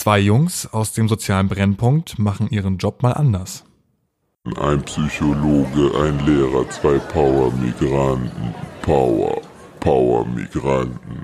Zwei Jungs aus dem sozialen Brennpunkt machen ihren Job mal anders. Ein Psychologe, ein Lehrer, zwei Power-Migranten. Power-Migranten.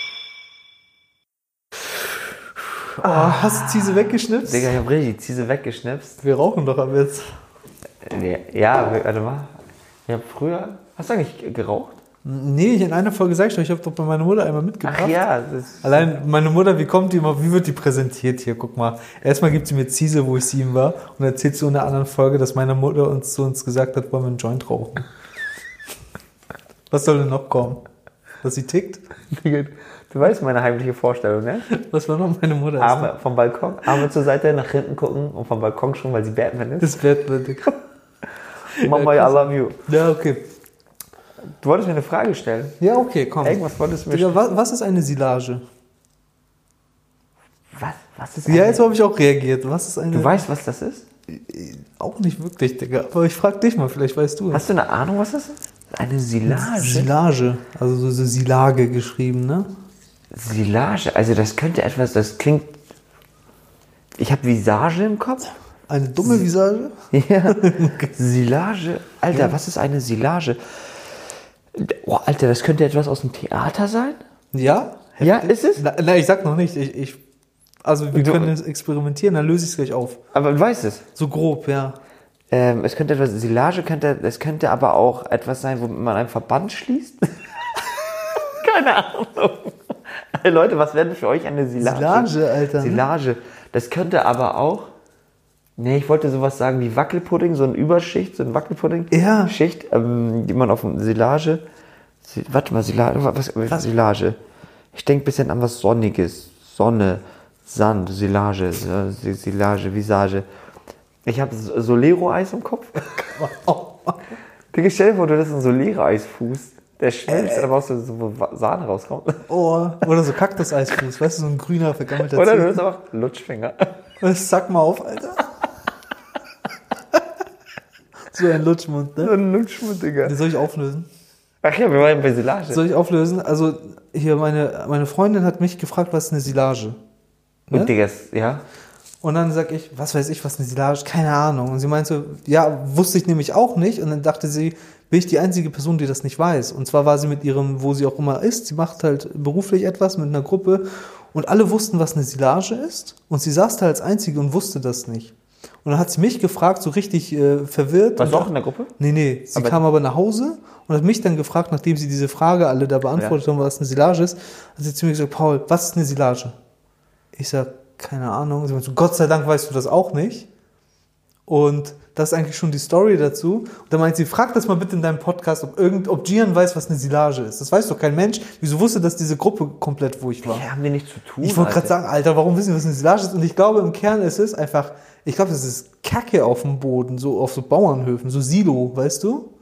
Hast du Ziese weggeschnipst? Digga, ich hab richtig die Ziese weggeschnipst. Wir rauchen doch ab jetzt. Ja, warte mal. Ich hab früher... Hast du eigentlich geraucht? Nee, in einer Folge sag ich doch, ich habe doch bei meiner Mutter einmal mitgebracht. Ach ja. Allein meine Mutter, wie kommt die immer, wie wird die präsentiert hier? Guck mal. Erstmal gibt sie mir Ziese, wo ich 7 war und erzählt so in einer anderen Folge, dass meine Mutter uns gesagt hat, wollen wir einen Joint rauchen. Was soll denn noch kommen? Dass sie tickt? Du weißt meine heimliche Vorstellung, ne? Was war noch meine Mutter? Arme vom Balkon, Arme zur Seite, nach hinten gucken und vom Balkon schon, weil sie Batman ist. Das Batman, Digga. Mama, I love you. Ja, okay. Du wolltest mir eine Frage stellen. Ja, okay, komm. Irgendwas wolltest du mir Digga, was ist eine Silage? Was ist Ja, jetzt habe ich auch reagiert. Was ist eine... Du weißt, was das ist? Auch nicht wirklich, Digga. Aber ich frag dich mal, vielleicht weißt du. Hast du eine Ahnung, was das ist? Eine Silage? Silage. Also so Silage geschrieben, ne? Silage? Also das könnte etwas, das klingt... Ich habe Visage im Kopf. Eine dumme Visage? Ja. Silage? Alter, was ist eine Silage? Oh, Alter, das könnte etwas aus dem Theater sein? Ja? Heftig. Ja, ist es? Na, ich sag noch nicht. Also wir können jetzt experimentieren, dann löse ich es gleich auf. Aber du weißt es. So grob, ja. Es könnte etwas, Silage es könnte aber auch etwas sein, womit man einen Verband schließt. Keine Ahnung. Leute, was wäre denn für euch eine Silage? Silage, Alter. Silage. Das könnte aber auch... Nee, ich wollte sowas sagen wie Wackelpudding, so eine Überschicht, so eine Wackelpudding-Schicht, die man auf Silage... Warte mal, Silage, was Silage? Ich denke ein bisschen an was Sonniges. Sonne, Sand, Silage, Visage. Ich habe Solero-Eis im Kopf. Digga, stell dir vor, du hast ein Solero-Eis-Fuß. Der schmilzt, aber aus so Sahne rauskommt. Oh, oder so Kaktuseisfuß, weißt du, so ein grüner, vergammelter Oder du Zeh. hast einfach Lutschfinger. Sack mal auf, Alter. So ein Lutschmund, ne? So ein Lutschmund, Digga. Den soll ich auflösen? Ach ja, wir waren bei Silage. Soll ich auflösen? Also, hier, meine Freundin hat mich gefragt, was ist eine Silage? Ne? Und Digga, ja? Und dann sag ich, was weiß ich, was eine Silage ist? Keine Ahnung. Und sie meinte, ja, wusste ich nämlich auch nicht. Und dann dachte sie, bin ich die einzige Person, die das nicht weiß. Und zwar war sie mit ihrem, wo sie auch immer ist, sie macht halt beruflich etwas mit einer Gruppe. Und alle wussten, was eine Silage ist. Und sie saß da als Einzige und wusste das nicht. Und dann hat sie mich gefragt, so richtig verwirrt. Warst du auch in der Gruppe? Nee. Sie kam aber nach Hause und hat mich dann gefragt, nachdem sie diese Frage alle da beantwortet haben, was eine Silage ist, hat sie zu mir gesagt, Paul, was ist eine Silage? Ich sag, keine Ahnung. Sie meinte, Gott sei Dank weißt du das auch nicht. Und das ist eigentlich schon die Story dazu. Und dann meint sie, frag das mal bitte in deinem Podcast, ob Gian weiß, was eine Silage ist. Das weiß doch kein Mensch. Wieso wusste das diese Gruppe komplett, wo ich war? Ja, haben die nichts zu tun. Ich wollte gerade sagen, Alter, warum wissen wir, was eine Silage ist? Und ich glaube, im Kern ist es einfach, ich glaube, das ist Kacke auf dem Boden, so auf so Bauernhöfen, so Silo, weißt du?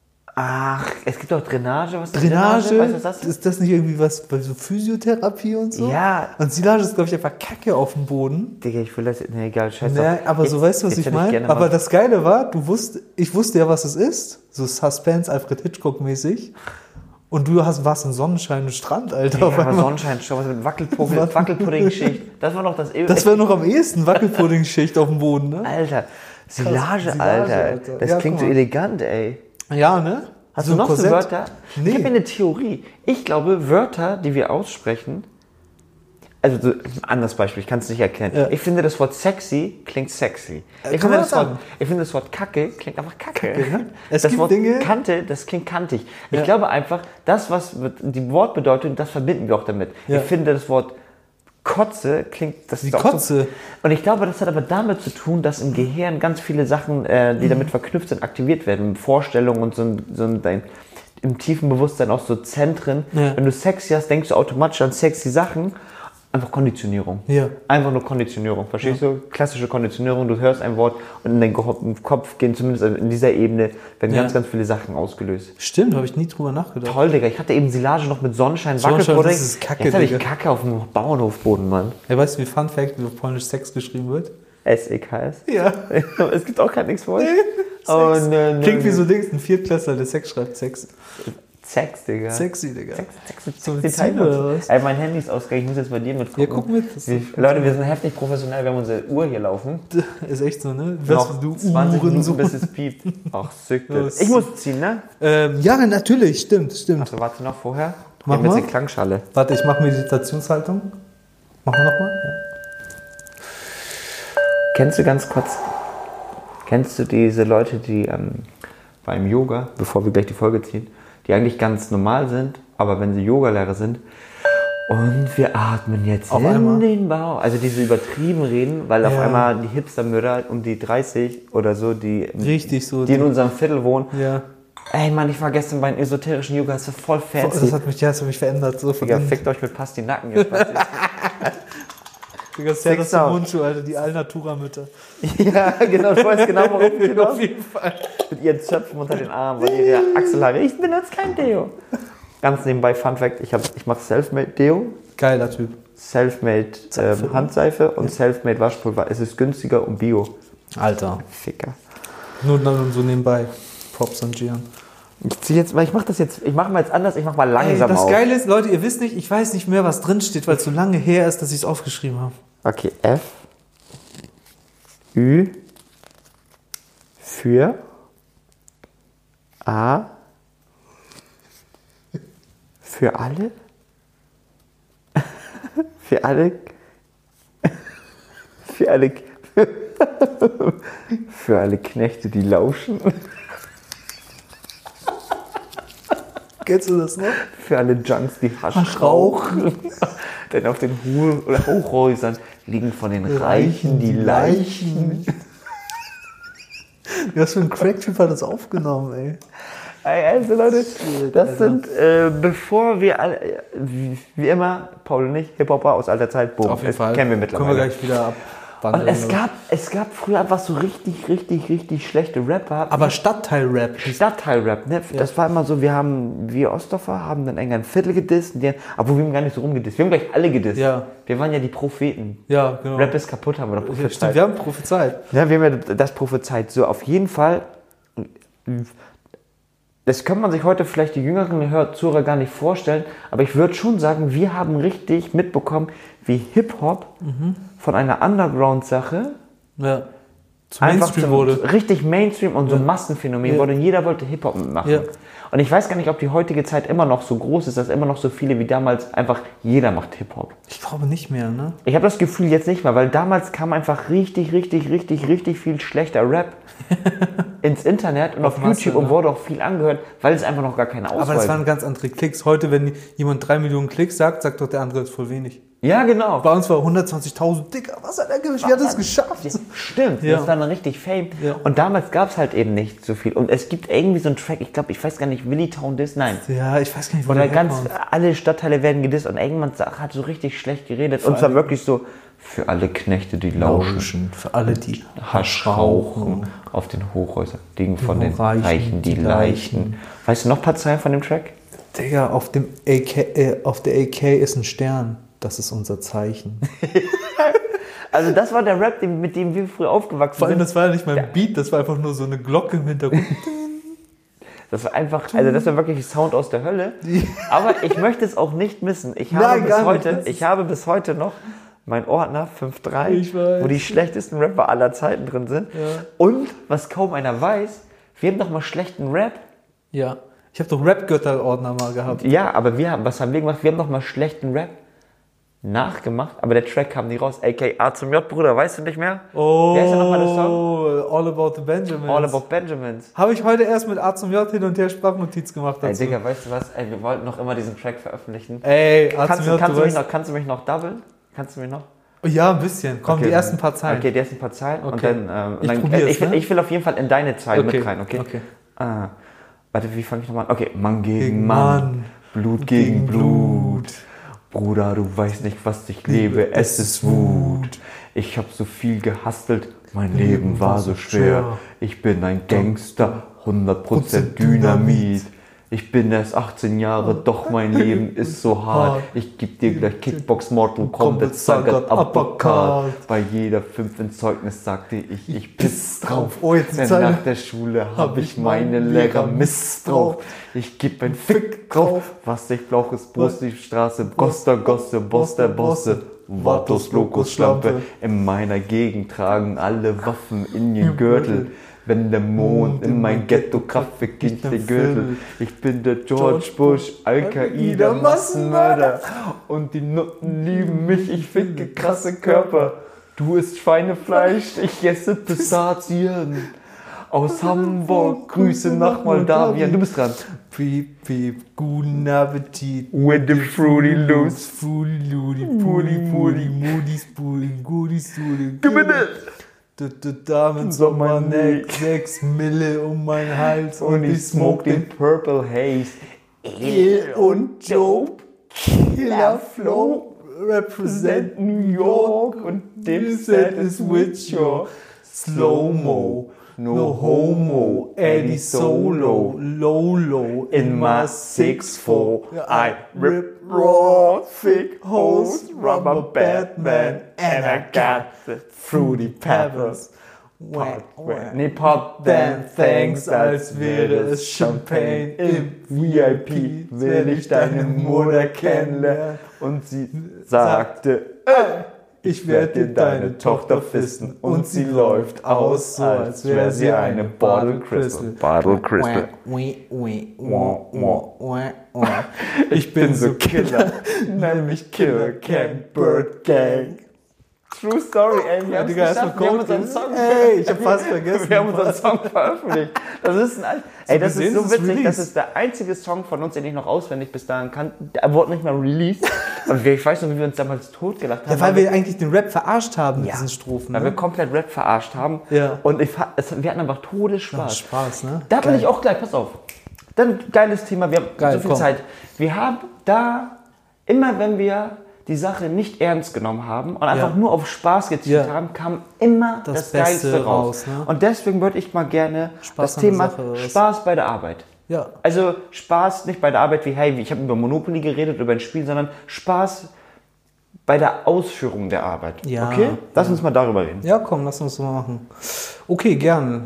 Ach, es gibt auch Drainage. Was ist Drainage? Weißt du, was das ist das nicht irgendwie was bei so Physiotherapie und so? Ja. Und Silage ist, glaube ich, einfach Kacke auf dem Boden. Digga, ich will das... Nee, egal, scheiße. Nee, aber so, weißt du, was ich meine? Aber das Geile war, ich wusste ja, was es ist. So Suspense, Alfred Hitchcock-mäßig. Und du warst im Sonnenschein und Strand, Alter. Ja, aber Sonnenschein, schau, was mit Wackelpudding-Schicht. Das war noch das... Das war noch am ehesten Wackelpudding-Schicht auf dem Boden, ne? Alter, Silage, Alter. Das ja, klingt so elegant, ey. Ja, ne? Hast so du noch so Korsett? Wörter? Nee. Ich habe eine Theorie. Ich glaube, Wörter, die wir aussprechen, also so, ein anderes Beispiel, ich kann es nicht erklären. Ja. Ich finde, das Wort sexy klingt sexy. Ich kann finde, man das sagen? ich finde, das Wort Kacke klingt einfach Kacke. ne? Es Das gibt Wort Dinge- Kante, das klingt kantig. Ich Ja. glaube einfach, das, was die Wortbedeutung, das verbinden wir auch damit. Ja. Ich finde, das Wort Kotze klingt... Das Wie ist auch Kotze? So, und ich glaube, das hat aber damit zu tun, dass im Gehirn ganz viele Sachen, die damit verknüpft sind, aktiviert werden. Vorstellungen und im tiefen Bewusstsein auch so Zentren. Ja. Wenn du sexy hast, denkst du automatisch an sexy Sachen. Einfach Konditionierung. Ja. Einfach nur Konditionierung. Verstehst du? Klassische Konditionierung. Du hörst ein Wort und in deinen Kopf gehen zumindest in dieser Ebene werden Ja. ganz, ganz viele Sachen ausgelöst. Stimmt, habe ich nie drüber nachgedacht. Toll, Digga. Ich hatte eben Silage noch mit Sonnenschein, Sonnenschein, Wackelpudding. das ist Kacke, Jetzt habe ich Digga. Kacke auf dem Bauernhofboden, Mann. Ja, weißt du, wie Fun Fact, wie auf Polnisch Sex geschrieben wird? SEKS. Ja. Es gibt auch kein Nix für euch. Sex. Oh, ne. Klingt wie so Dings, ein Viertklässler, der Sex schreibt Sex. Sex, Digga. Sexy, Digga. Sexy Time oder was? Ey, mein Handy ist ausgegangen, ich muss jetzt bei dir mitgucken. Ja, guck mit. Leute, wir sind heftig professionell, wir haben unsere Uhr hier laufen. Ist echt so, ne? Noch 20 Minuten, bis es piept. Ach, süchtig. Ich muss ziehen, ne? Ja, natürlich, stimmt. Achso, warte noch vorher. Mach mal. Ein bisschen Klangschale. Warte, ich mache Meditationshaltung. Machen wir nochmal? Ja. Kennst du diese Leute, die beim Yoga, bevor wir gleich die Folge ziehen, die eigentlich ganz normal sind, aber wenn sie Yogalehrer sind und wir atmen jetzt auf in einmal den Bauch, also die so übertrieben reden, weil auf einmal die Hipster-Mörder um die 30 oder so, die in unserem Viertel wohnen. Ja. Ey Mann, ich war gestern bei einem esoterischen Yoga, das ist voll fancy. Das hat mich verändert. So Digga, fickt euch mit Pastinaken jetzt. Digga, das ist ja Mundschuh, Alter, die Alnatura-Mütter. Ja, genau, du weißt genau, warum ich genau. Auf jeden Fall. Mit ihren Zöpfen unter den Armen, weil ihre Achselhaare. Ich benutze kein Deo. Ganz nebenbei, Fun Fact, ich mache Selfmade Deo. Geiler Typ. Selfmade Handseife und Selfmade Waschpulver. Es ist günstiger und bio. Alter. Ficker. Nur dann so nebenbei. Props an Gian. Ich mache mal jetzt anders, ich mache mal langsam das auf. Geile ist, Leute, ihr wisst nicht, ich weiß nicht mehr, was drin steht, weil es so lange her ist, dass ich es aufgeschrieben habe. Okay, F, Ü, für, A, für alle, für alle, für alle Knechte, die lauschen. Kennst du das noch? Für alle Junks, die Hasch rauchen. Denn auf den Hochhäusern liegen von den Reichen die Leichen. Was für ein Crack-Typ hat das aufgenommen, ey? Also Leute, das sind, bevor wir alle, wie immer, Paul und ich, Hip-Hopper aus alter Zeit, boom, auf jeden Fall. Kennen wir mittlerweile. Können wir gleich wieder ab. Und es gab früher einfach so richtig schlechte Rapper. Aber Stadtteil-Rap. Stadtteil-Rap, ne? Ja. Das war immer so, wir Ostdorfer haben dann irgendein Viertel gedisst, aber wir haben gar nicht so rumgedisst. Wir haben gleich alle gedisst. Ja. Wir waren ja die Propheten. Ja, genau. Rap ist kaputt, haben wir doch prophezeit. Stimmt, wir haben prophezeit. Ja, wir haben ja das prophezeit. So, auf jeden Fall, das kann man sich heute vielleicht die jüngeren Zuhörer gar nicht vorstellen, aber ich würde schon sagen, wir haben richtig mitbekommen, wie Hip-Hop von einer Underground-Sache zu Mainstream wurde. Richtig Mainstream und so ein Massenphänomen wurde und jeder wollte Hip-Hop mitmachen. Ja. Und ich weiß gar nicht, ob die heutige Zeit immer noch so groß ist, dass immer noch so viele wie damals einfach jeder macht Hip-Hop. Ich glaube nicht mehr, ne? Ich habe das Gefühl jetzt nicht mehr, weil damals kam einfach richtig viel schlechter Rap ins Internet und auf YouTube und wurde auch viel angehört, weil es einfach noch gar keine Auswahl. Aber das waren ganz andere Klicks. Heute, wenn jemand 3 Millionen Klicks sagt doch der andere, ist voll wenig. Ja, genau. Bei uns war 120.000. Digga, was hat er gemacht? Wie hat er das geschafft? Stimmt, das war dann richtig Fame. Ja. Und damals gab es halt eben nicht so viel. Und es gibt irgendwie so einen Track, ich weiß gar nicht, Willy Town Diss, nein. Ja, ich weiß gar nicht, wo oder alle Stadtteile werden gedisst und irgendwann hat so richtig schlecht geredet. Und zwar wirklich so, für alle Knechte, die lauschen. Für alle, die Hasch rauchen. Auf den Hochhäusern liegen von den Reichen die Leichen. Weißt du noch ein paar Zeilen von dem Track? Digga, auf der AK ist ein Stern. Das ist unser Zeichen. Also das war der Rap, mit dem wir früher aufgewachsen sind. Vor allem, das war ja nicht mal ein Beat, das war einfach nur so eine Glocke im Hintergrund. Das war einfach, das war wirklich Sound aus der Hölle. Aber ich möchte es auch nicht missen. Ich habe bis heute noch meinen Ordner 5.3, wo die schlechtesten Rapper aller Zeiten drin sind. Ja. Und, was kaum einer weiß, wir haben doch mal schlechten Rap. Ja, ich habe doch Rap-Götter-Ordner mal gehabt. Ja, aber was haben wir gemacht? Wir haben doch mal schlechten Rap nachgemacht, aber der Track kam nie raus. A zum J, Bruder, weißt du nicht mehr? Oh, wer ist denn nochmal der Song? All About the Benjamins. All About Benjamins. Habe ich heute erst mit A zum J hin und her Sprachnotiz gemacht dazu. Ey, Digga, weißt du was? Ey, wir wollten noch immer diesen Track veröffentlichen. Ey, A zum J, kannst du mich noch doublen? Kannst du mich noch? Ja, ein bisschen. Komm, okay, die ersten paar Zeilen. Okay, die ersten paar Zeilen. Okay. Und dann, ich will auf jeden Fall in deine Zeilen mit rein, okay? Warte, wie fange ich nochmal an? Okay, Mann gegen Mann, Blut gegen Blut. Bruder, du weißt nicht, was ich lebe, es ist Wut. Ich hab so viel gehustelt, mein Leben war so schwer. Ich bin ein Gangster, 100% Dynamit. Ich bin erst 18 Jahre, doch mein Leben ist so hart. Ich geb dir gleich Kickbox Mortal Kombat Sagat Uppercut. Bei jeder 5 in Zeugnis sagte ich piss drauf. Denn nach der Schule hab ich meine Lehrer missbraucht. Ich geb ein Fick drauf. Was ich brauch ist Brust, die Straße, Goster, Gosse, Boss der Bosse. Vatos, Locus, Schlampe. In meiner Gegend tragen alle Waffen in den Gürtel. Wenn der Mond in mein Ghetto kraft, fick ich den Gürtel. Ich bin der George Bush, Al-Qaida, Massenmörder. Und die Nutten lieben mich, ich ficke krasse Körper. Du isst Schweinefleisch, ich esse Pistazien. Aus Hamburg, Grüße nach Moldawien. Du bist dran. Piep, piep, guten Appetit. With the Fruity Loops. Fruity Loody, Puli, Puli, Moody's, Puli, Goodies, Puli. Gewinne! Damen Sommerneck, 6 Mille um meinen Hals und ich smoke den Purple Haze. Ill und Dope, Killer Flow, represent New York und Dipset is with your Slow-Mo. No homo, Eddie Solo, Lolo, in my 6'4", I rip raw, thick hoes, rubber Batman, and I got the Fruity Pebbles. Nee, Pop then thanks, als wäre es Champagne. Im VIP will ich deine Mutter kennenlernen. Und sie sagte, ich werde dir deine Tochter fisten. Und sie läuft aus, so als wäre sie eine Bottle Crystal. Bottle Crystal. Ich bin so Killer, nenn mich Killer Gang, Bird Gang. True Story, ey, wir haben es geschafft, wir haben unseren Song Ey, ich hab fast vergessen. Wir haben unseren Song veröffentlicht. Das ist das ist so witzig, das ist der einzige Song von uns, den ich noch auswendig bis dahin kann. Der wurde nicht mal released. Aber ich weiß noch, wie wir uns damals totgelacht haben. Ja, weil wir eigentlich den Rap verarscht haben mit diesen Strophen. Weil wir komplett Rap verarscht haben. Ja. Und wir hatten einfach Todesspaß. Spaß, ne? Da bin ich auch gleich, pass auf. Dann geiles Thema, wir haben so viel Zeit. Wir haben da, immer wenn wir die Sache nicht ernst genommen haben und einfach nur auf Spaß gezielt haben, kam immer das Geilste raus. Ne? Und deswegen würde ich mal gerne das Thema Spaß bei der Arbeit. Ja. Also Spaß nicht bei der Arbeit wie, hey, ich habe über Monopoly geredet, über ein Spiel, sondern Spaß bei der Ausführung der Arbeit. Ja. Okay? Lass uns mal darüber reden. Ja, komm, lass uns so mal machen. Okay, gerne.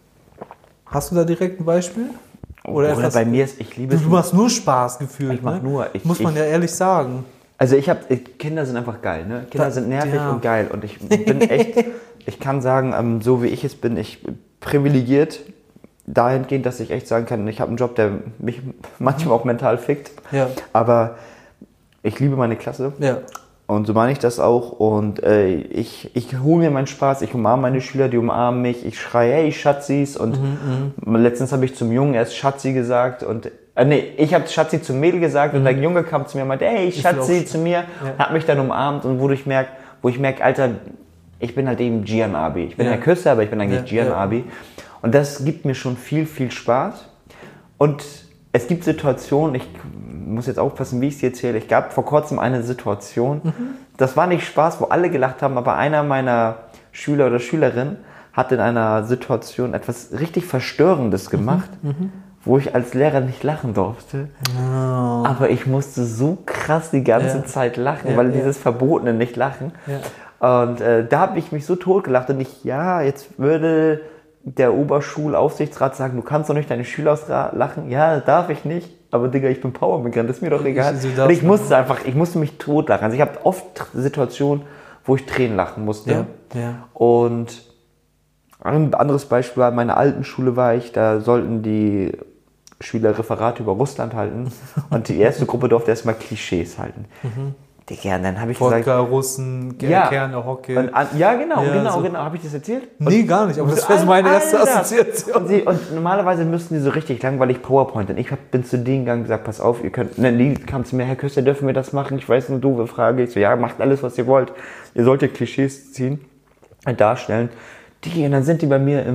Hast du da direkt ein Beispiel? Oder bei mir ist, ich liebe es. Du machst nur Spaß gefühlt. Ich mach nur. Muss man ja ehrlich sagen. Also Kinder sind einfach geil, ne? Kinder sind nervig und geil und ich bin echt, ich kann sagen, so wie ich es bin, ich privilegiert dahingehend, dass ich echt sagen kann, ich habe einen Job, der mich manchmal auch mental fickt, aber ich liebe meine Klasse und so meine ich das auch und ich hole mir meinen Spaß, ich umarme meine Schüler, die umarmen mich, ich schreie, hey Schatzis und letztens habe ich zum Jungen erst Schatzi gesagt und ich habe Schatzi zum Mädel gesagt und der Junge kam zu mir und meinte, hey, Schatzi zu mir, hat mich dann umarmt und wo ich merke, Alter, ich bin halt eben Gian Abi. Ich bin der Küsser, aber ich bin eigentlich Gian Abi. Und das gibt mir schon viel, viel Spaß. Und es gibt Situationen, ich muss jetzt aufpassen, wie ich sie erzähle. Ich gab vor kurzem eine Situation, das war nicht Spaß, wo alle gelacht haben, aber einer meiner Schüler oder Schülerin hat in einer Situation etwas richtig Verstörendes gemacht. Wo ich als Lehrer nicht lachen durfte. Oh. Aber ich musste so krass die ganze Zeit lachen, weil dieses verbotene Nicht-Lachen. Ja. Und da habe ich mich so totgelacht und jetzt würde der Oberschulaufsichtsrat sagen, du kannst doch nicht deine Schüler auslachen. Ja, darf ich nicht. Aber Digga, ich bin Powermigrant, ist mir doch egal. Und ich musste mich totlachen. Also ich habe oft Situationen, wo ich Tränen lachen musste. Ja. Und ein anderes Beispiel war, in meiner alten Schule da sollten die Schüler Referate über Russland halten und die erste Gruppe durfte erstmal Klischees halten. Digga, und dann habe ich gesagt... Wodka, Russen, Kerne, Hockey. Genau, habe ich das erzählt? Nee, gar nicht, aber das wäre so meine erste Assoziation. Und normalerweise müssten die so richtig langweilig PowerPoint. Und ich bin zu denen gegangen und gesagt, pass auf, die kamen zu mir, Herr Küster, dürfen wir das machen? Ich weiß, eine doofe Frage. Ich so, ja, macht alles, was ihr wollt. Ihr sollt ja Klischees ziehen, darstellen. Und dann sind die bei mir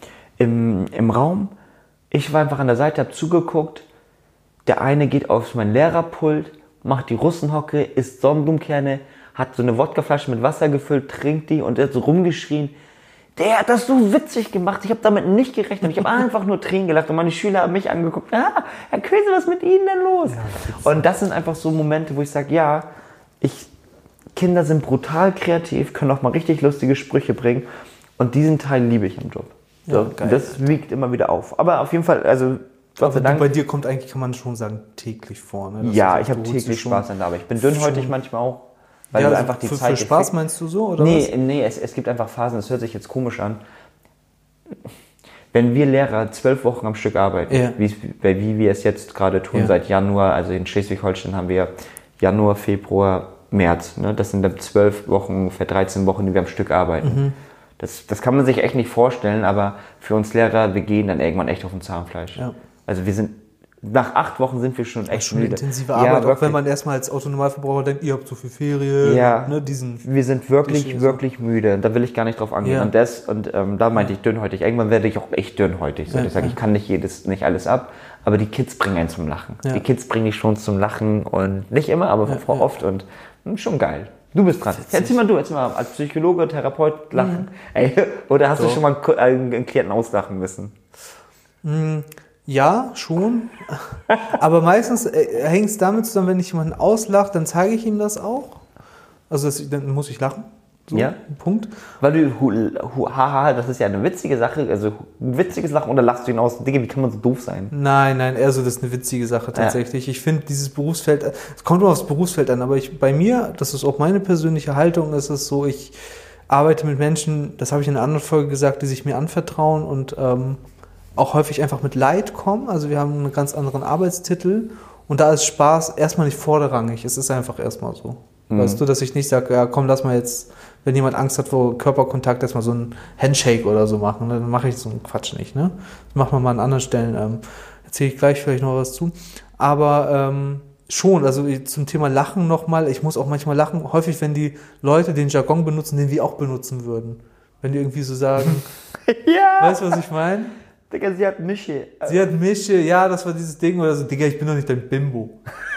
im Raum. Ich war einfach an der Seite, habe zugeguckt. Der eine geht auf mein Lehrerpult, macht die Russenhocke, isst Sonnenblumenkerne, hat so eine Wodkaflasche mit Wasser gefüllt, trinkt die und hat so rumgeschrien, der hat das so witzig gemacht, ich habe damit nicht gerechnet, ich habe einfach nur Tränen gelacht und meine Schüler haben mich angeguckt, Herr Köse, was ist mit Ihnen denn los? Ja, und das sind einfach so Momente, wo ich sage, Kinder sind brutal kreativ, können auch mal richtig lustige Sprüche bringen und diesen Teil liebe ich am Job. So, geil, das wiegt immer wieder auf. Aber auf jeden Fall, also Gott sei Dank. Bei dir kommt eigentlich, kann man schon sagen, täglich vor. Ne? Ja, ich habe täglich Spaß an der Arbeit. Ich bin dünnhäutig manchmal auch, weil du einfach die Zeit... Für Spaß meinst du so, oder was? Nee, es gibt einfach Phasen, das hört sich jetzt komisch an. Wenn wir Lehrer 12 Wochen am Stück arbeiten, wie wir es jetzt gerade tun, seit Januar, also in Schleswig-Holstein haben wir Januar, Februar, März. Ne? Das sind dann 12 Wochen, ungefähr 13 Wochen, die wir am Stück arbeiten. Das kann man sich echt nicht vorstellen, aber für uns Lehrer, wir gehen dann irgendwann echt auf den Zahnfleisch. Ja. Also wir sind, nach 8 Wochen sind wir schon echt müde. Intensive Arbeit, auch wenn man erstmal als Autonormalverbraucher denkt, ihr habt so viel Ferien. Ja, ne, wir sind wirklich müde. Da will ich gar nicht drauf angehen. Und da meinte ich dünnhäutig. Irgendwann werde ich auch echt dünnhäutig. So, ich sage, ich kann nicht alles ab, aber die Kids bringen einen zum Lachen. Ja. Die Kids bringen dich schon zum Lachen und nicht immer, aber oft und schon geil. Du bist dran. Erzähl mal als Psychologe, Therapeut lachen. Ey, oder hast du schon mal einen Klienten auslachen müssen? Ja, schon. Aber meistens hängt es damit zusammen, wenn ich jemanden auslache, dann zeige ich ihm das auch. Also dann muss ich lachen. So, Punkt. Weil du, haha, das ist ja eine witzige Sache, also ein witziges Lachen, oder lachst du ihn aus? Digga, wie kann man so doof sein? Nein, eher so, das ist eine witzige Sache tatsächlich. Ich finde dieses Berufsfeld, es kommt immer aufs Berufsfeld an, aber bei mir, das ist auch meine persönliche Haltung, ist es so, ich arbeite mit Menschen, das habe ich in einer anderen Folge gesagt, die sich mir anvertrauen und auch häufig einfach mit Leid kommen. Also wir haben einen ganz anderen Arbeitstitel und da ist Spaß erstmal nicht vorderrangig, es ist einfach erstmal so. Weißt du, dass ich nicht sage, ja komm, lass mal jetzt, wenn jemand Angst hat vor Körperkontakt, erstmal so einen Handshake oder so machen. Dann mache ich so einen Quatsch nicht. Ne? Das machen wir mal an anderen Stellen. Erzähle ich gleich vielleicht noch was zu. Aber schon, also zum Thema Lachen nochmal. Ich muss auch manchmal lachen, häufig, wenn die Leute den Jargon benutzen, den wir auch benutzen würden. Wenn die irgendwie so sagen, weißt du, was ich meine? Digga, sie hat Mische. Sie hat Mische, ja, das war dieses Ding. Oder so, Digga, ich bin doch nicht dein Bimbo.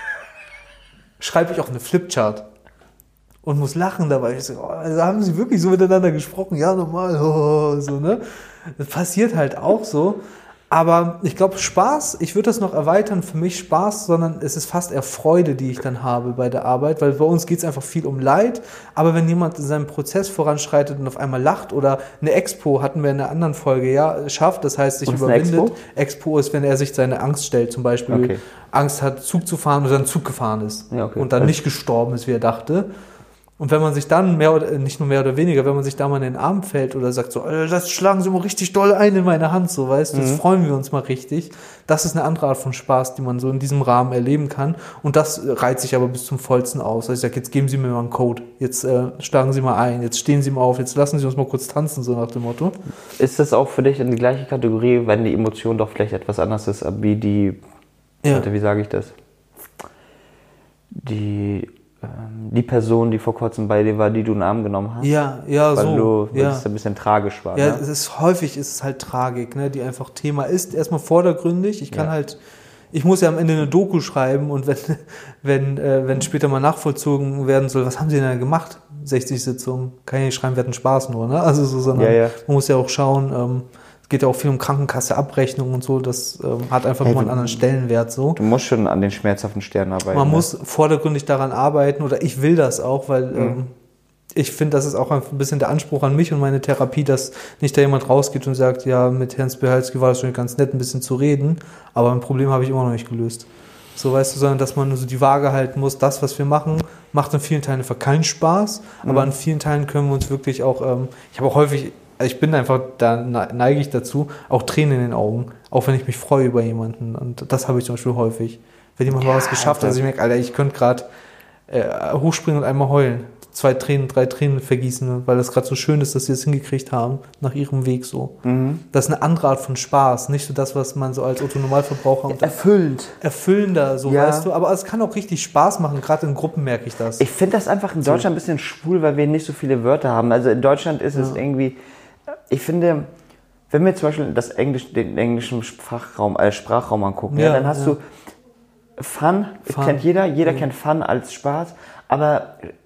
Schreibe ich auch eine Flipchart. Und muss lachen dabei. Ich so, also haben sie wirklich so miteinander gesprochen? Ja, normal. So, ne? Das passiert halt auch so. Aber ich glaube, Spaß, ich würde das noch erweitern, für mich Spaß, sondern es ist fast eher Freude, die ich dann habe bei der Arbeit, weil bei uns geht es einfach viel um Leid. Aber wenn jemand in seinem Prozess voranschreitet und auf einmal lacht oder eine Expo, hatten wir in einer anderen Folge, schafft, das heißt, sich überwindet. Expo ist, wenn er sich seine Angst stellt, zum Beispiel Angst hat, Zug zu fahren oder dann Zug gefahren ist und dann nicht gestorben ist, wie er dachte. Und wenn man sich dann nicht nur mehr oder weniger, wenn man sich da mal in den Arm fällt oder sagt so, das schlagen Sie mal richtig doll ein in meine Hand, so, weißt du, jetzt freuen wir uns mal richtig. Das ist eine andere Art von Spaß, die man so in diesem Rahmen erleben kann. Und das reizt sich aber bis zum Vollsten aus. Also ich sage, jetzt geben Sie mir mal einen Code, jetzt schlagen Sie mal ein, jetzt stehen Sie mal auf, jetzt lassen Sie uns mal kurz tanzen, so nach dem Motto. Ist das auch für dich in die gleiche Kategorie, wenn die Emotion doch vielleicht etwas anders ist, wie die, wie sage ich das? Die Person, die vor kurzem bei dir war, die du in den Arm genommen hast? Weil es ein bisschen tragisch war. Ja, ne? Häufig ist es halt Tragik, ne, die einfach Thema ist. Erstmal vordergründig. Ich muss ja am Ende eine Doku schreiben und wenn später mal nachvollzogen werden soll, was haben sie denn da gemacht? 60 Sitzungen. Kann ich nicht schreiben, wir hatten Spaß nur, ne? Also so, sondern man muss ja auch schauen, es geht ja auch viel um Krankenkasse, Abrechnung und so, das hat einfach nochmal einen anderen Stellenwert so. Du musst schon an den schmerzhaften Stellen arbeiten. Man muss vordergründig daran arbeiten oder ich will das auch, weil ich finde, das ist auch ein bisschen der Anspruch an mich und meine Therapie, dass nicht da jemand rausgeht und sagt, ja, mit Herrn Spihalski war das schon ganz nett, ein bisschen zu reden, aber ein Problem habe ich immer noch nicht gelöst. So, weißt du, sondern dass man so die Waage halten muss, das, was wir machen, macht in vielen Teilen einfach keinen Spaß, aber in vielen Teilen können wir uns wirklich auch, ich habe auch häufig, ich bin einfach, da neige ich dazu, auch Tränen in den Augen, auch wenn ich mich freue über jemanden. Und das habe ich zum Beispiel häufig. Wenn jemand mal was geschafft hat, also ich merke, Alter, ich könnte gerade hochspringen und einmal heulen. 2 Tränen, 3 Tränen vergießen, weil das gerade so schön ist, dass sie das hingekriegt haben, nach ihrem Weg so. Das ist eine andere Art von Spaß, nicht so das, was man so als Otto-Normalverbraucher... Erfüllender, so, weißt du. Aber es kann auch richtig Spaß machen, gerade in Gruppen merke ich das. Ich finde das einfach in Deutschland ein bisschen schwul, weil wir nicht so viele Wörter haben. Also in Deutschland ist es irgendwie... Ich finde, wenn wir zum Beispiel den englischen Sprachraum angucken, dann hast du Fun. Kennt jeder kennt Fun als Spaß, aber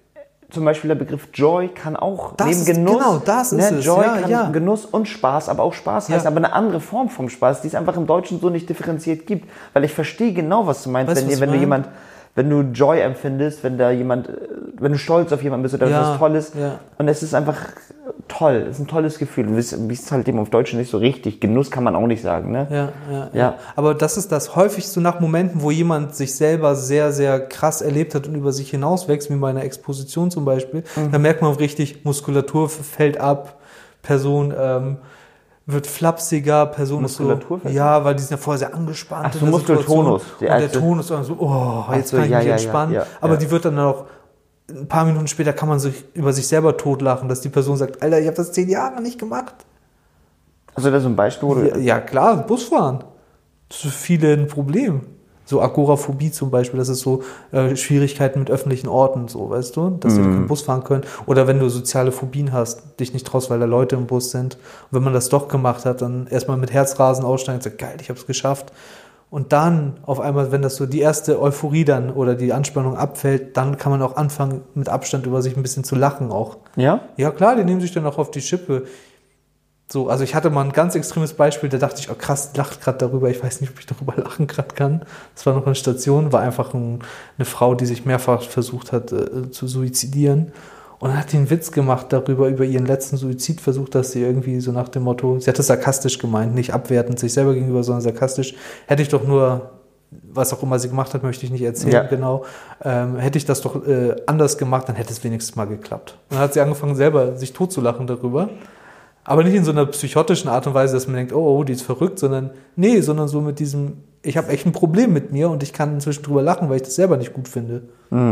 zum Beispiel der Begriff Joy kann auch neben Genuss, genau, das ist es. Joy kann Genuss und Spaß, aber auch Spaß heißt, aber eine andere Form vom Spaß, die es einfach im Deutschen so nicht differenziert gibt. Weil ich verstehe genau, was du meinst, wenn du Joy empfindest, wenn du stolz auf jemanden bist oder was Tolles. Ja. Und es ist einfach toll, es ist ein tolles Gefühl. Wie es halt eben auf Deutsch nicht so richtig. Genuss kann man auch nicht sagen, ne? Ja. Aber das ist das häufig so nach Momenten, wo jemand sich selber sehr, sehr krass erlebt hat und über sich hinauswächst, wie bei einer Exposition zum Beispiel. Da merkt man richtig, Muskulatur fällt ab, Person wird flapsiger, Person ist so, weil die sind ja vorher sehr angespannt. Ach so, Muskeltonus. Und der Tonus ist so, jetzt kann ich mich entspannen. Aber die wird dann auch, ein paar Minuten später kann man sich über sich selber totlachen, dass die Person sagt, Alter, ich habe das 10 Jahre nicht gemacht. Also das ist ein Beispiel? Ja, klar, Busfahren. Das ist für viele ein Problem. So Agoraphobie zum Beispiel, das ist so Schwierigkeiten mit öffentlichen Orten, so, weißt du, dass sie keinen Bus fahren können. Oder wenn du soziale Phobien hast, dich nicht traust, weil da Leute im Bus sind. Und wenn man das doch gemacht hat, dann erstmal mit Herzrasen aussteigen und sagt, geil, ich habe es geschafft. Und dann auf einmal, wenn das so die erste Euphorie dann oder die Anspannung abfällt, dann kann man auch anfangen, mit Abstand über sich ein bisschen zu lachen auch. Ja? Ja, klar, die nehmen sich dann auch auf die Schippe. So, also ich hatte mal ein ganz extremes Beispiel, da dachte ich, oh krass, lacht gerade darüber, ich weiß nicht, ob ich darüber lachen gerade kann. Das war noch eine Station, war einfach eine Frau, die sich mehrfach versucht hat zu suizidieren. Und dann hat die einen Witz gemacht darüber, über ihren letzten Suizidversuch, dass sie irgendwie so nach dem Motto, sie hat es sarkastisch gemeint, nicht abwertend sich selber gegenüber, sondern sarkastisch, hätte ich doch nur, was auch immer sie gemacht hat, möchte ich nicht erzählen, genau, hätte ich das doch anders gemacht, dann hätte es wenigstens mal geklappt. Und dann hat sie angefangen, selber sich totzulachen darüber. Aber nicht in so einer psychotischen Art und Weise, dass man denkt, oh, die ist verrückt, sondern so mit diesem, ich habe echt ein Problem mit mir und ich kann inzwischen drüber lachen, weil ich das selber nicht gut finde.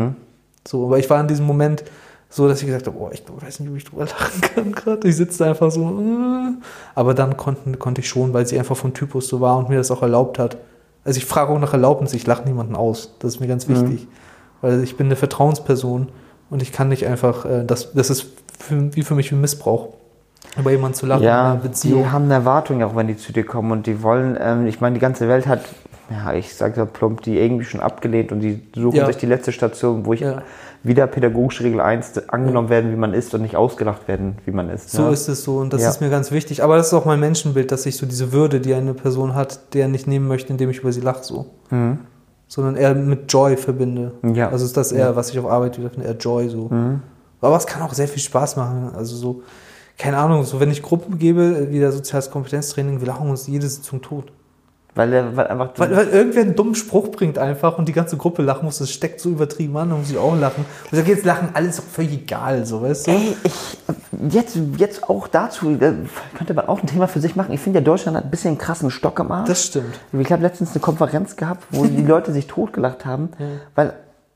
So, aber ich war in diesem Moment so, dass ich gesagt habe, ich weiß nicht, ob ich drüber lachen kann gerade. Ich sitze da einfach so, aber dann konnte ich schon, weil sie einfach von Typus so war und mir das auch erlaubt hat. Also ich frage auch nach Erlaubnis, ich lache niemanden aus. Das ist mir ganz wichtig, weil ich bin eine Vertrauensperson und ich kann nicht einfach, das ist für mich wie Missbrauch. Über jemanden zu lachen in einer Beziehung. Die haben eine Erwartung, auch wenn die zu dir kommen und die wollen, ich meine, die ganze Welt hat, ich sage ja plump, die irgendwie schon abgelehnt und die suchen sich die letzte Station, wo ich wieder pädagogische Regel 1 angenommen werden, wie man ist und nicht ausgelacht werden, wie man ist. So ist es so und das ist mir ganz wichtig. Aber das ist auch mein Menschenbild, dass ich so diese Würde, die eine Person hat, der nicht nehmen möchte, indem ich über sie lache, so. Sondern eher mit Joy verbinde. Ja. Also ist das eher, was ich auf Arbeit wieder finde, eher Joy, so. Aber es kann auch sehr viel Spaß machen, also so. Keine Ahnung, so wenn ich Gruppen gebe, wieder soziales Kompetenztraining, wir lachen uns jede Sitzung tot. Weil irgendwer einen dummen Spruch bringt einfach und die ganze Gruppe lachen muss, das steckt so übertrieben an, dann muss ich auch lachen. Und ich sage, jetzt lachen, alles ist doch völlig egal, so, weißt du? Jetzt auch dazu, könnte man auch ein Thema für sich machen. Ich finde ja, Deutschland hat ein bisschen einen krassen Stock im Arsch. Das stimmt. Ich habe letztens eine Konferenz gehabt, wo die Leute sich totgelacht haben, weil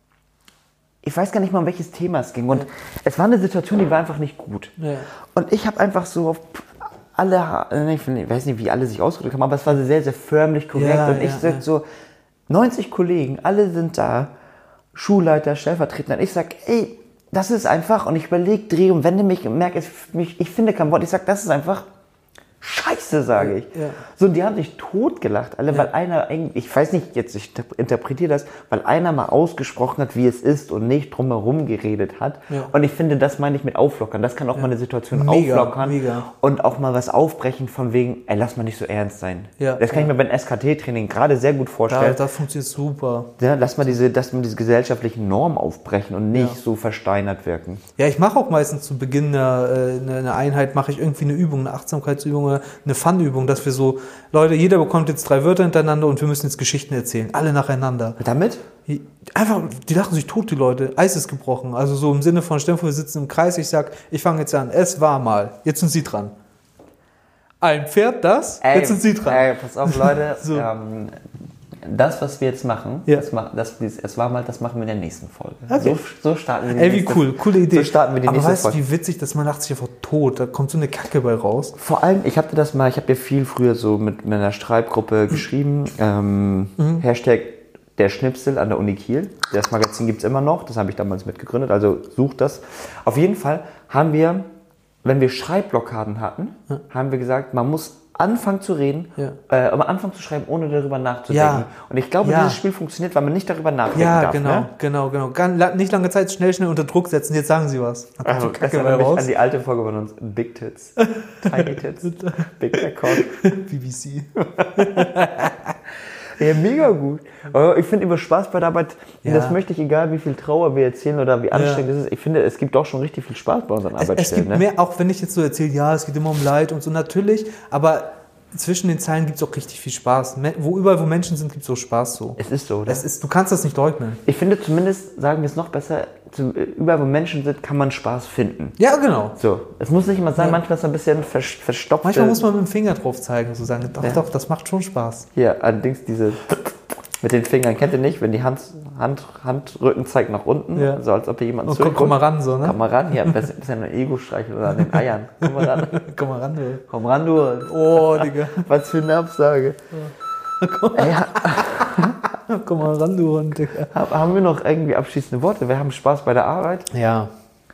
ich weiß gar nicht mal, um welches Thema es ging. Und es war eine Situation, die war einfach nicht gut. Ja. Und ich habe einfach so auf alle, ich weiß nicht, wie alle sich ausgedrückt haben, aber es war sehr, sehr förmlich korrekt. Und ich sag so, 90 Kollegen, alle sind da, Schulleiter, Stellvertreter. Und ich sag, ey, das ist einfach, und ich überlege, drehe und wende mich und merke, ich finde kein Wort. Ich sag, das ist einfach Scheiße, sage ich. Ja. So, und die haben sich totgelacht, alle, weil einer, ich weiß nicht, jetzt, ich interpretiere das, weil einer mal ausgesprochen hat, wie es ist und nicht drumherum geredet hat. Ja. Und ich finde, das meine ich mit auflockern. Das kann auch mal eine Situation auflockern und auch mal was aufbrechen von wegen, ey, lass mal nicht so ernst sein. Ja. Das kann ich mir beim SKT-Training gerade sehr gut vorstellen. Das funktioniert super. Ja, lass mal diese gesellschaftlichen Normen aufbrechen und nicht so versteinert wirken. Ja, ich mache auch meistens zu Beginn eine Einheit, mache ich irgendwie eine Übung, eine Achtsamkeitsübung, eine Fun-Übung, dass wir so, Leute, jeder bekommt jetzt 3 Wörter hintereinander und wir müssen jetzt Geschichten erzählen, alle nacheinander. Damit? Einfach, die lachen sich tot, die Leute. Eis ist gebrochen. Also so im Sinne von, stell dir vor, wir sitzen im Kreis, ich sag, ich fange jetzt an, es war mal, jetzt sind Sie dran. Ein Pferd, jetzt sind Sie dran. Ey, pass auf, Leute, so. Das, was wir jetzt machen, es war mal, das machen wir in der nächsten Folge. Okay. So starten wir die nächste Folge. Coole Idee. So starten wir die nächste Folge. Aber weißt du, wie witzig, dass man lacht sich einfach tot, da kommt so eine Kacke bei raus. Vor allem, ich habe ja viel früher so mit meiner Schreibgruppe geschrieben, Hashtag der Schnipsel an der Uni Kiel. Das Magazin gibt's immer noch, das habe ich damals mitgegründet, also sucht das. Auf jeden Fall haben wir, wenn wir Schreibblockaden hatten, haben wir gesagt, man muss anfangen zu reden, aber anfangen zu schreiben, ohne darüber nachzudenken. Ja. Und ich glaube, dieses Spiel funktioniert, weil man nicht darüber nachdenken darf. Genau. Nicht lange Zeit, schnell unter Druck setzen, jetzt sagen sie was. Also, das erinnert mich an die alte Folge von uns. Big Tits, Tiny Tits, Big Black Cock. BBC. Ja, mega gut. Aber ich finde immer Spaß bei der Arbeit, das möchte ich, egal wie viel Trauer wir erzählen oder wie anstrengend es ist, ich finde, es gibt auch schon richtig viel Spaß bei unseren Arbeitsstellen. Es gibt mehr, auch wenn ich jetzt so erzähle, es geht immer um Leid und so, natürlich, aber zwischen den Zeilen gibt es auch richtig viel Spaß. Überall, wo Menschen sind, gibt es so Spaß so. Es ist so, oder? Du kannst das nicht leugnen. Ich finde zumindest, sagen wir es noch besser, überall, wo Menschen sind, kann man Spaß finden. Ja, genau. So, es muss nicht immer sein, manchmal ist es ein bisschen verstopft. Manchmal muss man mit dem Finger drauf zeigen, so sagen, doch, das macht schon Spaß. Ja, allerdings diese mit den Fingern, kennt ihr nicht, wenn die Handrücken zeigt nach unten, so als ob ihr jemanden zurückguckt. Komm mal ran, so, ne? Komm mal ran, ein bisschen ein Ego-Streichel oder an den Eiern. Komm mal ran. Komm ran, du. Oh, Digga. Was für eine Absage. Komm mal ran, du Hund, Digga. Haben wir noch irgendwie abschließende Worte? Wir haben Spaß bei der Arbeit. Ja.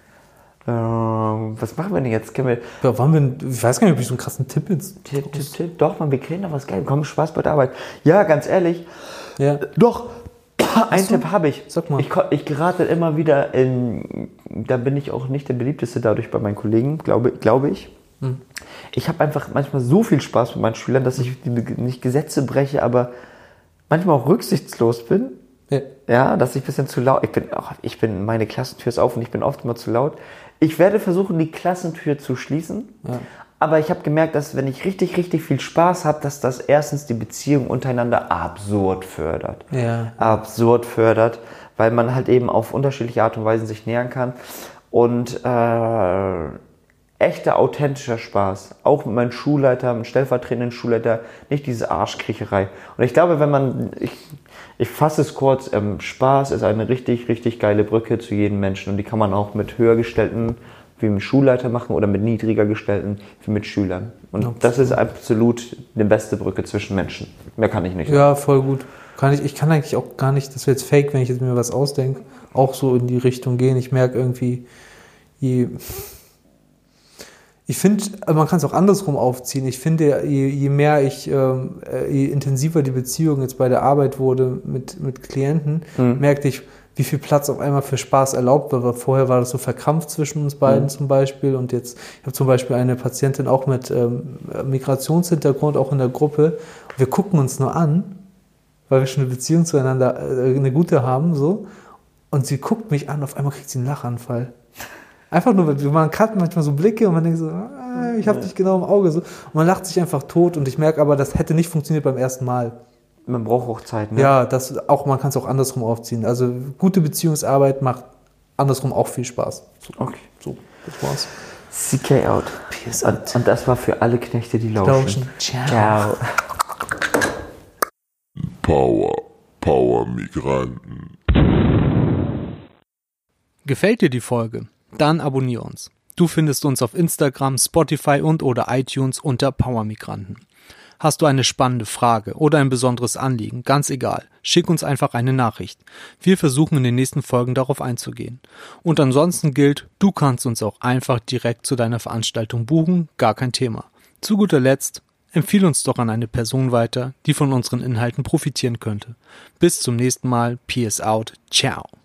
Was machen wir denn jetzt? Ich weiß gar nicht, ob ich so einen krassen Tipp jetzt... Tipp. Doch, man, wir kriegen doch was Geiles. Komm, Spaß bei der Arbeit. Ja, ganz ehrlich. Ja. Doch. Einen Tipp habe ich. Sag mal. Ich gerate immer wieder da bin ich auch nicht der beliebteste dadurch bei meinen Kollegen, glaube ich. Ich habe einfach manchmal so viel Spaß mit meinen Schülern, dass ich nicht Gesetze breche, aber manchmal auch rücksichtslos bin. Ja, dass ich ein bisschen zu laut... meine Klassentür ist auf und ich bin oft immer zu laut. Ich werde versuchen, die Klassentür zu schließen. Ja. Aber ich habe gemerkt, dass wenn ich richtig, richtig viel Spaß habe, dass das erstens die Beziehung untereinander absurd fördert. Ja. Absurd fördert, weil man halt eben auf unterschiedliche Art und Weise sich nähern kann. Und echter, authentischer Spaß. Auch mit meinem Schulleiter, mit dem stellvertretenden Schulleiter, nicht diese Arschkriecherei. Und ich glaube, wenn man... Ich fasse es kurz, Spaß ist eine richtig, richtig geile Brücke zu jedem Menschen und die kann man auch mit höher gestellten wie mit Schulleiter machen oder mit niedriger gestellten wie mit Schülern. Und das ist absolut die beste Brücke zwischen Menschen. Mehr kann ich nicht. Ja, voll gut. Ich kann eigentlich auch gar nicht, das wäre jetzt fake, wenn ich jetzt mir was ausdenke, auch so in die Richtung gehen. Ich merke irgendwie, ich finde, man kann es auch andersrum aufziehen. Ich finde, je intensiver die Beziehung jetzt bei der Arbeit wurde mit Klienten, merkte ich, wie viel Platz auf einmal für Spaß erlaubt war. Vorher war das so verkrampft zwischen uns beiden zum Beispiel. Und jetzt, ich habe zum Beispiel eine Patientin auch mit Migrationshintergrund, auch in der Gruppe. Wir gucken uns nur an, weil wir schon eine Beziehung zueinander, eine gute haben, so. Und sie guckt mich an, auf einmal kriegt sie einen Lachanfall. Einfach nur, man hat manchmal so Blicke und man denkt so, ich habe dich genau im Auge. So. Und man lacht sich einfach tot und ich merke aber, das hätte nicht funktioniert beim ersten Mal. Man braucht auch Zeit, ne? Ja, man kann es auch andersrum aufziehen. Also gute Beziehungsarbeit macht andersrum auch viel Spaß. Okay. So, das war's. CK out. Peace out. Und das war für alle Knechte, die lauschen. Ciao. Power Migranten. Gefällt dir die Folge? Dann abonniere uns. Du findest uns auf Instagram, Spotify und/oder iTunes unter Power Migranten. Hast du eine spannende Frage oder ein besonderes Anliegen, ganz egal, schick uns einfach eine Nachricht. Wir versuchen in den nächsten Folgen darauf einzugehen. Und ansonsten gilt, du kannst uns auch einfach direkt zu deiner Veranstaltung buchen, gar kein Thema. Zu guter Letzt, empfehle uns doch an eine Person weiter, die von unseren Inhalten profitieren könnte. Bis zum nächsten Mal, peace out, ciao.